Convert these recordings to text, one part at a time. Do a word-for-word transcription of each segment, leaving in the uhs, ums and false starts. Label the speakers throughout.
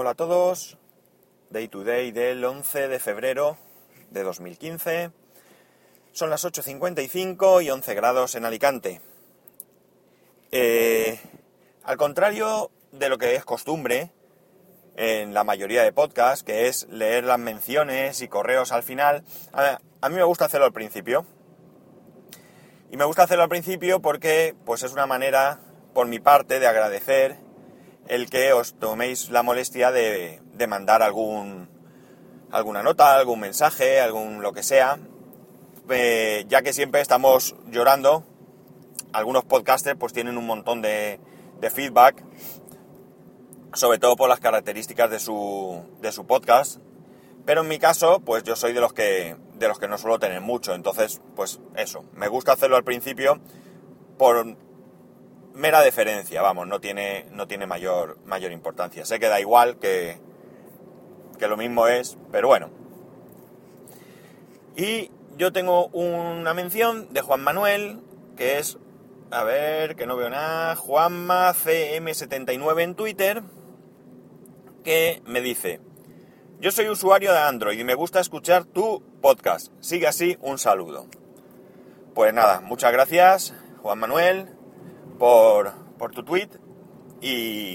Speaker 1: Hola a todos, Day to Day del once de febrero de dos mil quince, son las ocho cincuenta y cinco y once grados en Alicante. Eh, al contrario de lo que es costumbre en la mayoría de podcasts, que es leer las menciones y correos al final, a, a mí me gusta hacerlo al principio. Y me gusta hacerlo al principio porque pues es una manera, por mi parte, de agradecer el que os toméis la molestia de, de mandar algún alguna nota, algún mensaje, algún lo que sea, eh, ya que siempre estamos llorando. Algunos podcasters pues tienen un montón de, de feedback, sobre todo por las características de su, de su podcast, pero en mi caso pues yo soy de los que de los que no suelo tener mucho, entonces pues eso, me gusta hacerlo al principio por mera deferencia, vamos, no tiene, no tiene mayor, mayor importancia. Sé que da igual, que, que lo mismo es, pero bueno. Y yo tengo una mención de Juan Manuel, que es, a ver, que no veo nada, Juanma C M setenta y nueve en Twitter, que me dice: yo soy usuario de Android y me gusta escuchar tu podcast. Sigue así, un saludo. Pues nada, muchas gracias, Juan Manuel, por, por tu tweet y,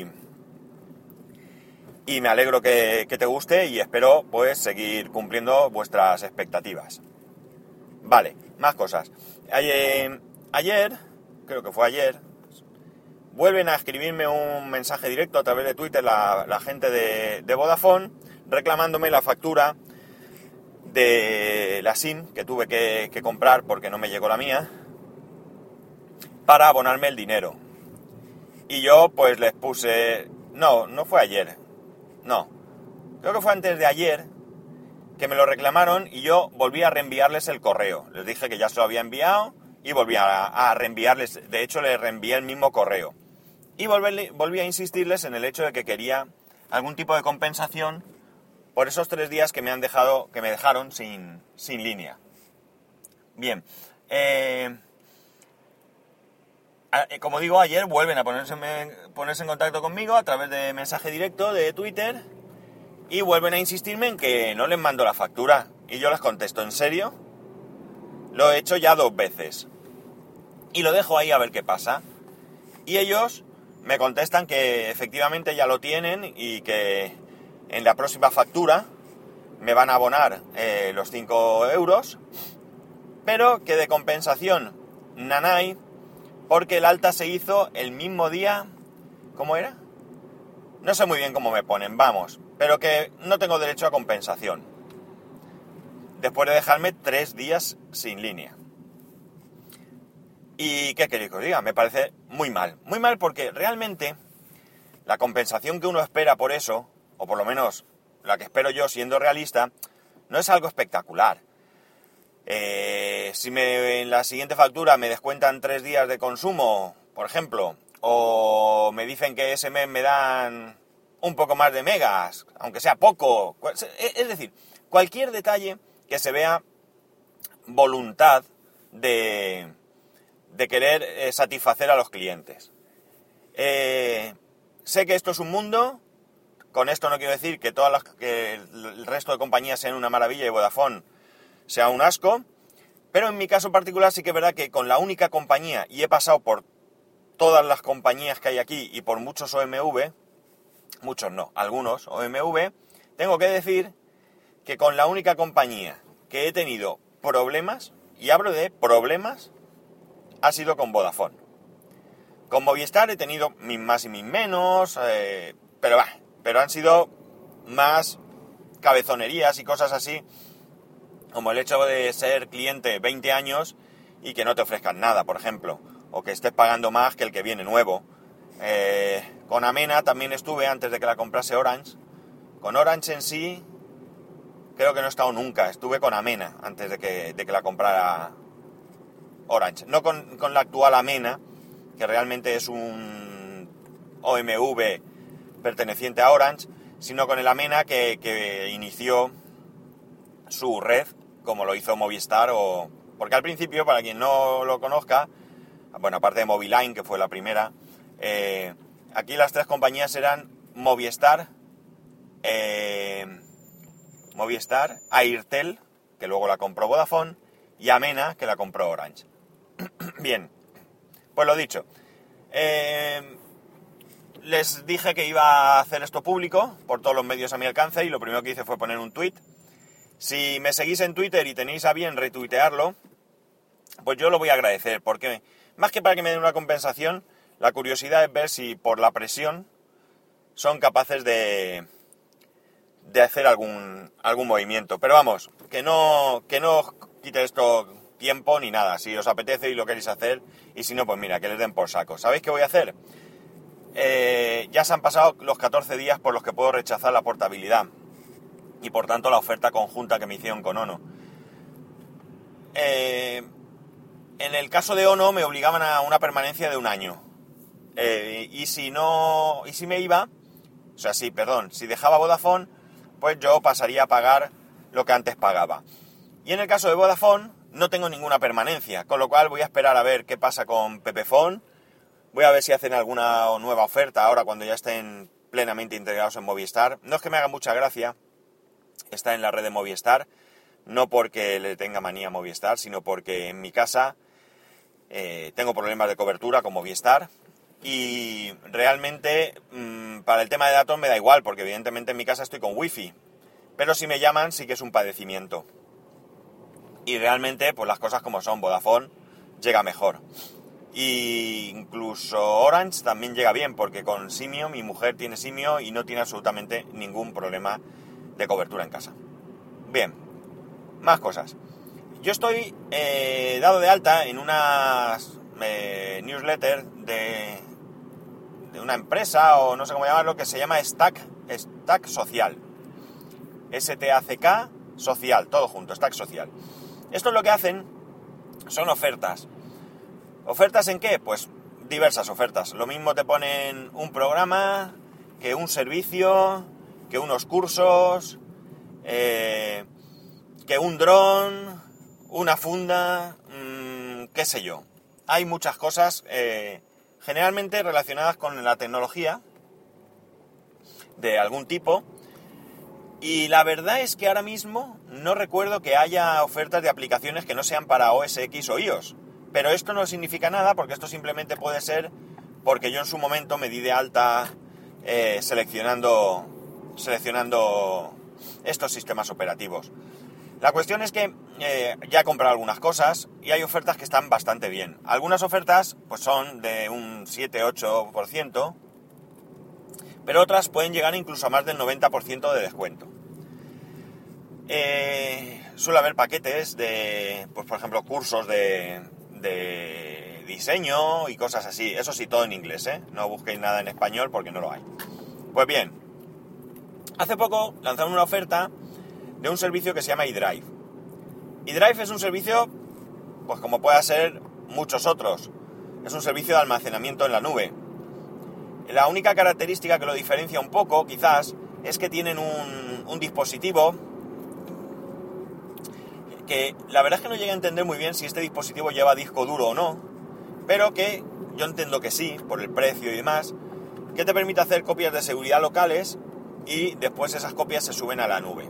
Speaker 1: y me alegro que, que te guste y espero pues seguir cumpliendo vuestras expectativas. Vale, más cosas. Ayer, ayer, creo que fue ayer, vuelven a escribirme un mensaje directo a través de Twitter la, la gente de, de Vodafone, reclamándome la factura de la SIM que tuve que, que comprar porque no me llegó la mía, para abonarme el dinero. Y yo pues les puse... No, no fue ayer. No. Creo que fue antes de ayer que me lo reclamaron y yo volví a reenviarles el correo. Les dije que ya se lo había enviado y volví a, a reenviarles. De hecho, les reenvié el mismo correo. Y volví, volví a insistirles en el hecho de que quería algún tipo de compensación por esos tres días que me han dejado, que me dejaron sin, sin línea. Bien. Eh... Como digo, ayer vuelven a ponerse, ponerse en contacto conmigo a través de mensaje directo de Twitter y vuelven a insistirme en que no les mando la factura. Y yo les contesto: ¿en serio? Lo he hecho ya dos veces. Y lo dejo ahí a ver qué pasa. Y ellos me contestan que efectivamente ya lo tienen y que en la próxima factura me van a abonar eh, los cinco euros, pero que de compensación nanay, porque el alta se hizo el mismo día. ¿Cómo era? No sé muy bien cómo me ponen, vamos, pero que no tengo derecho a compensación después de dejarme tres días sin línea. ¿Y qué queréis que os diga? Me parece muy mal, muy mal, porque realmente la compensación que uno espera por eso, o por lo menos la que espero yo siendo realista, no es algo espectacular. Eh, si me, en la siguiente factura me descuentan tres días de consumo, por ejemplo, o me dicen que ese mes me dan un poco más de megas, aunque sea poco, es decir, cualquier detalle que se vea voluntad de, de querer eh, satisfacer a los clientes. Eh, sé que esto es un mundo, con esto no quiero decir que, todas las, que el resto de compañías sean una maravilla y Vodafone sea un asco, pero en mi caso particular sí que es verdad que con la única compañía, y he pasado por todas las compañías que hay aquí y por muchos O M V, muchos no, algunos O M V, tengo que decir que con la única compañía que he tenido problemas, y hablo de problemas, ha sido con Vodafone. Con Movistar he tenido mis más y mis menos, eh, pero bah, pero han sido más cabezonerías y cosas así, como el hecho de ser cliente veinte años y que no te ofrezcan nada, por ejemplo, o que estés pagando más que el que viene nuevo. Eh, con Amena también estuve antes de que la comprase Orange. Con Orange en sí creo que no he estado nunca, estuve con Amena antes de que, de que la comprara Orange. No con, con la actual Amena, que realmente es un O M V perteneciente a Orange, sino con el Amena que, que inició su red, como lo hizo Movistar, o porque al principio, para quien no lo conozca, bueno, aparte de Moviline, que fue la primera, eh, aquí las tres compañías eran Movistar, eh, Movistar, Airtel, que luego la compró Vodafone, y Amena, que la compró Orange. Bien, pues lo dicho. Eh, les dije que iba a hacer esto público por todos los medios a mi alcance y lo primero que hice fue poner un tuit. Si me seguís en Twitter y tenéis a bien retuitearlo, pues yo lo voy a agradecer, porque más que para que me den una compensación, la curiosidad es ver si por la presión son capaces de, de hacer algún, algún movimiento. Pero vamos, que no, que no os quite esto tiempo ni nada. Si os apetece y lo queréis hacer, y si no, pues mira, que les den por saco. ¿Sabéis qué voy a hacer? Eh, ya se han pasado los catorce días por los que puedo rechazar la portabilidad y por tanto la oferta conjunta que me hicieron con Ono. Eh, en el caso de Ono me obligaban a una permanencia de un año. Eh, y si no, y si me iba, o sea, sí, perdón, si dejaba Vodafone, pues yo pasaría a pagar lo que antes pagaba. Y en el caso de Vodafone no tengo ninguna permanencia, con lo cual voy a esperar a ver qué pasa con Pepefone. Voy a ver si hacen alguna nueva oferta ahora cuando ya estén plenamente integrados en Movistar. No es que me haga mucha gracia estar en la red de Movistar, no porque le tenga manía a Movistar, sino porque en mi casa eh, tengo problemas de cobertura con Movistar y realmente mmm, para el tema de datos me da igual, porque evidentemente en mi casa estoy con wifi, pero si me llaman sí que es un padecimiento. Y realmente, pues las cosas como son, Vodafone llega mejor. Y incluso Orange también llega bien, porque con Simio, mi mujer tiene Simio y no tiene absolutamente ningún problema de cobertura en casa. Bien, más cosas. Yo estoy eh, dado de alta en una eh, newsletter de, de una empresa, o no sé cómo llamarlo, que se llama Stack, Stack Social. S T A C K Social, todo junto, Stack Social. Esto es lo que hacen, son ofertas. ¿Ofertas en qué? Pues diversas ofertas. Lo mismo te ponen un programa, que un servicio, que unos cursos, eh, que un dron, una funda, mmm, qué sé yo. Hay muchas cosas, eh, generalmente relacionadas con la tecnología de algún tipo. Y la verdad es que ahora mismo no recuerdo que haya ofertas de aplicaciones que no sean para O S X o iOS. Pero esto no significa nada, porque esto simplemente puede ser porque yo en su momento me di de alta eh, seleccionando, seleccionando estos sistemas operativos. La cuestión es que eh, ya he comprado algunas cosas y hay ofertas que están bastante bien. Algunas ofertas pues son de un siete a ocho por ciento, pero otras pueden llegar incluso a más del noventa por ciento de descuento. Eh, suele haber paquetes de, pues por ejemplo, cursos de... de diseño y cosas así. Eso sí, todo en inglés, ¿eh? No busquéis nada en español porque no lo hay. Pues bien, hace poco lanzaron una oferta de un servicio que se llama iDrive. iDrive es un servicio, pues como puede ser muchos otros. Es un servicio de almacenamiento en la nube. La única característica que lo diferencia un poco, quizás, es que tienen un, un dispositivo que la verdad es que no llegué a entender muy bien si este dispositivo lleva disco duro o no, pero que yo entiendo que sí, por el precio y demás, que te permite hacer copias de seguridad locales y después esas copias se suben a la nube.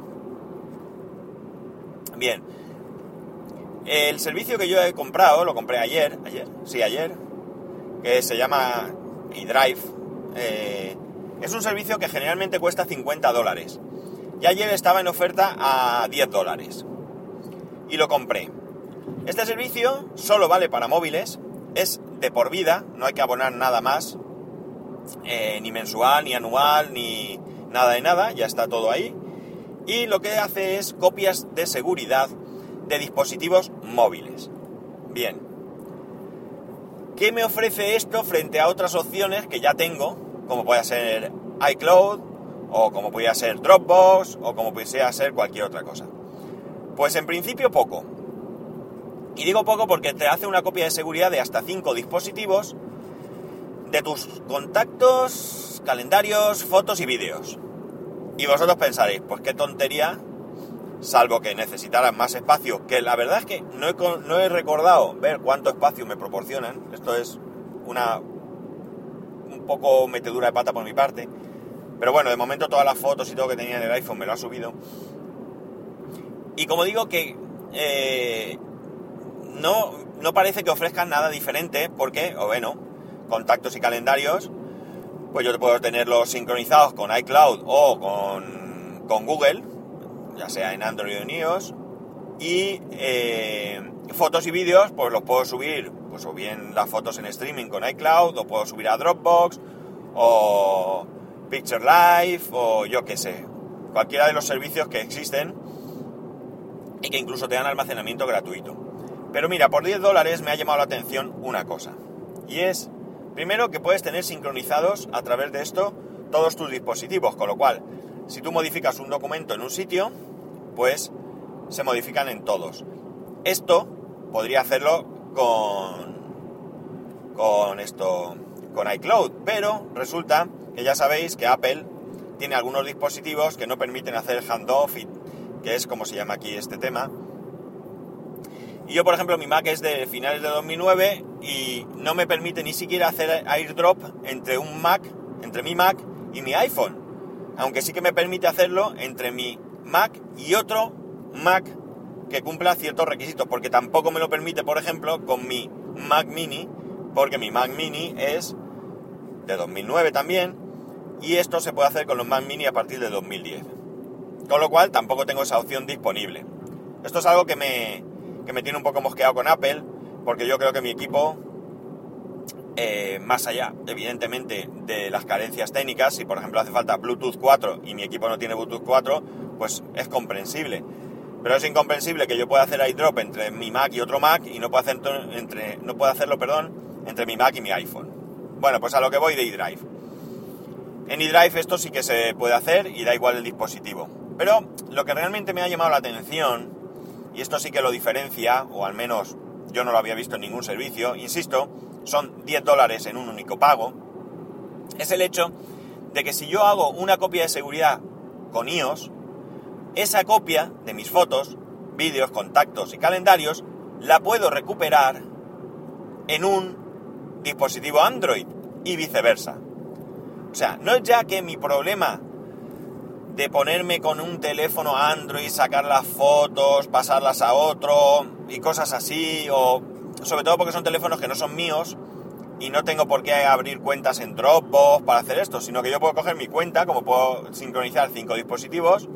Speaker 1: Bien, el servicio que yo he comprado, lo compré ayer, ayer, sí, ayer, que se llama iDrive, eh, es un servicio que generalmente cuesta cincuenta dólares, y ayer estaba en oferta a diez dólares. Y lo compré. Este servicio solo vale para móviles, es de por vida, no hay que abonar nada más, eh, ni mensual, ni anual, ni nada de nada, ya está todo ahí. Y lo que hace es copias de seguridad de dispositivos móviles. Bien. ¿Qué me ofrece esto frente a otras opciones que ya tengo, como puede ser iCloud, o como puede ser Dropbox, o como puede ser cualquier otra cosa? Pues en principio poco. Y digo poco porque te hace una copia de seguridad de hasta cinco dispositivos de tus contactos, calendarios, fotos y vídeos. Y vosotros pensaréis, pues qué tontería, salvo que necesitaran más espacio, que la verdad es que no he, no he recordado ver cuánto espacio me proporcionan. Esto es una un poco metedura de pata por mi parte. Pero bueno, de momento todas las fotos y todo que tenía en el iPhone me lo ha subido. Y como digo que eh, no, no parece que ofrezcan nada diferente porque, o bueno, contactos y calendarios, pues yo puedo tenerlos sincronizados con iCloud o con, con Google, ya sea en Android o en iOS, y eh, fotos y vídeos pues los puedo subir, pues o bien las fotos en streaming con iCloud, o puedo subir a Dropbox, o Picture Live, o yo qué sé, cualquiera de los servicios que existen y que incluso te dan almacenamiento gratuito. Pero mira, por diez dólares me ha llamado la atención una cosa, y es, primero, que puedes tener sincronizados a través de esto todos tus dispositivos, con lo cual, si tú modificas un documento en un sitio, pues se modifican en todos. Esto podría hacerlo con, con esto, con iCloud, pero resulta que ya sabéis que Apple tiene algunos dispositivos que no permiten hacer handoff, y, que es como se llama aquí este tema. Y yo, por ejemplo, mi Mac es de finales de dos mil nueve y no me permite ni siquiera hacer AirDrop entre un Mac, entre mi Mac y mi iPhone. Aunque sí que me permite hacerlo entre mi Mac y otro Mac que cumpla ciertos requisitos, porque tampoco me lo permite, por ejemplo, con mi Mac Mini, porque mi Mac Mini es de dos mil nueve también, y esto se puede hacer con los Mac Mini a partir de dos mil diez. Con lo cual tampoco tengo esa opción disponible. Esto es algo que me... que me tiene un poco mosqueado con Apple, porque yo creo que mi equipo, eh, más allá, evidentemente, de las carencias técnicas, si por ejemplo hace falta Bluetooth cuatro y mi equipo no tiene Bluetooth cuatro, pues es comprensible. Pero es incomprensible que yo pueda hacer iDrop entre mi Mac y otro Mac y no pueda, hacer entre, no pueda hacerlo, perdón, entre mi Mac y mi iPhone. Bueno, pues a lo que voy de iDrive. En iDrive esto sí que se puede hacer y da igual el dispositivo. Pero lo que realmente me ha llamado la atención, y esto sí que lo diferencia, o al menos yo no lo había visto en ningún servicio, insisto, son diez dólares en un único pago, es el hecho de que si yo hago una copia de seguridad con iOS, esa copia de mis fotos, vídeos, contactos y calendarios, la puedo recuperar en un dispositivo Android y viceversa. O sea, no es ya que mi problema de ponerme con un teléfono Android, sacar las fotos, pasarlas a otro y cosas así, o sobre todo porque son teléfonos que no son míos y no tengo por qué abrir cuentas en Dropbox para hacer esto, sino que yo puedo coger mi cuenta, como puedo sincronizar cinco dispositivos,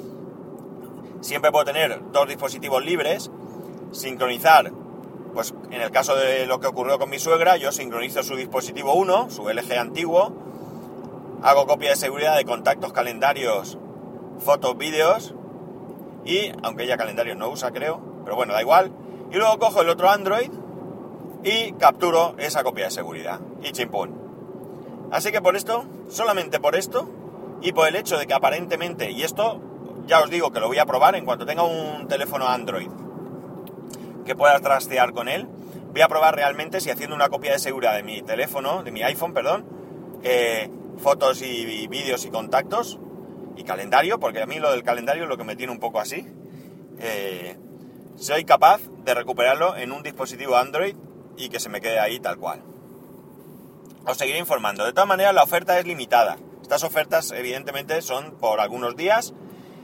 Speaker 1: siempre puedo tener dos dispositivos libres, sincronizar, pues en el caso de lo que ocurrió con mi suegra, yo sincronizo su dispositivo uno, su L G antiguo, hago copia de seguridad de contactos, calendarios, fotos, vídeos, y, aunque ella calendarios no usa, creo, pero bueno, da igual, y luego cojo el otro Android y capturo esa copia de seguridad, y chimpún. Así que por esto, solamente por esto, y por el hecho de que aparentemente, y esto ya os digo que lo voy a probar en cuanto tenga un teléfono Android que pueda trastear con él, voy a probar realmente si haciendo una copia de seguridad de mi teléfono, de mi iPhone, perdón, eh, fotos y vídeos y contactos y calendario, porque a mí lo del calendario es lo que me tiene un poco así, eh, soy capaz de recuperarlo en un dispositivo Android y que se me quede ahí tal cual. Os seguiré informando. De todas maneras, la oferta es limitada. Estas ofertas evidentemente son por algunos días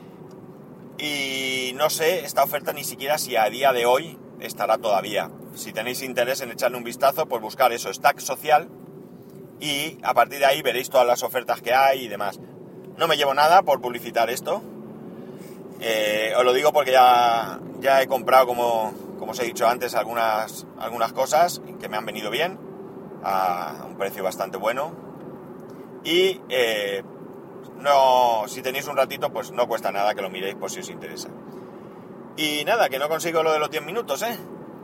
Speaker 1: y no sé esta oferta ni siquiera si a día de hoy estará todavía. Si tenéis interés en echarle un vistazo, pues buscar eso, Stack Social, y a partir de ahí veréis todas las ofertas que hay y demás. No me llevo nada por publicitar esto, eh, os lo digo porque ya, ya he comprado, como, como os he dicho antes, algunas, algunas cosas que me han venido bien, a un precio bastante bueno, y eh, no, si tenéis un ratito, pues no cuesta nada que lo miréis por si os interesa. Y nada, que no consigo lo de los diez minutos, ¿eh?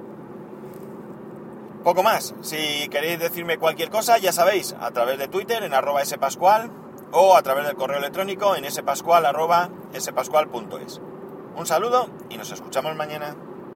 Speaker 1: Poco más. Si queréis decirme cualquier cosa, ya sabéis, a través de Twitter en arroba spascual o a través del correo electrónico en spascual arroba spascual punto es. Un saludo y nos escuchamos mañana.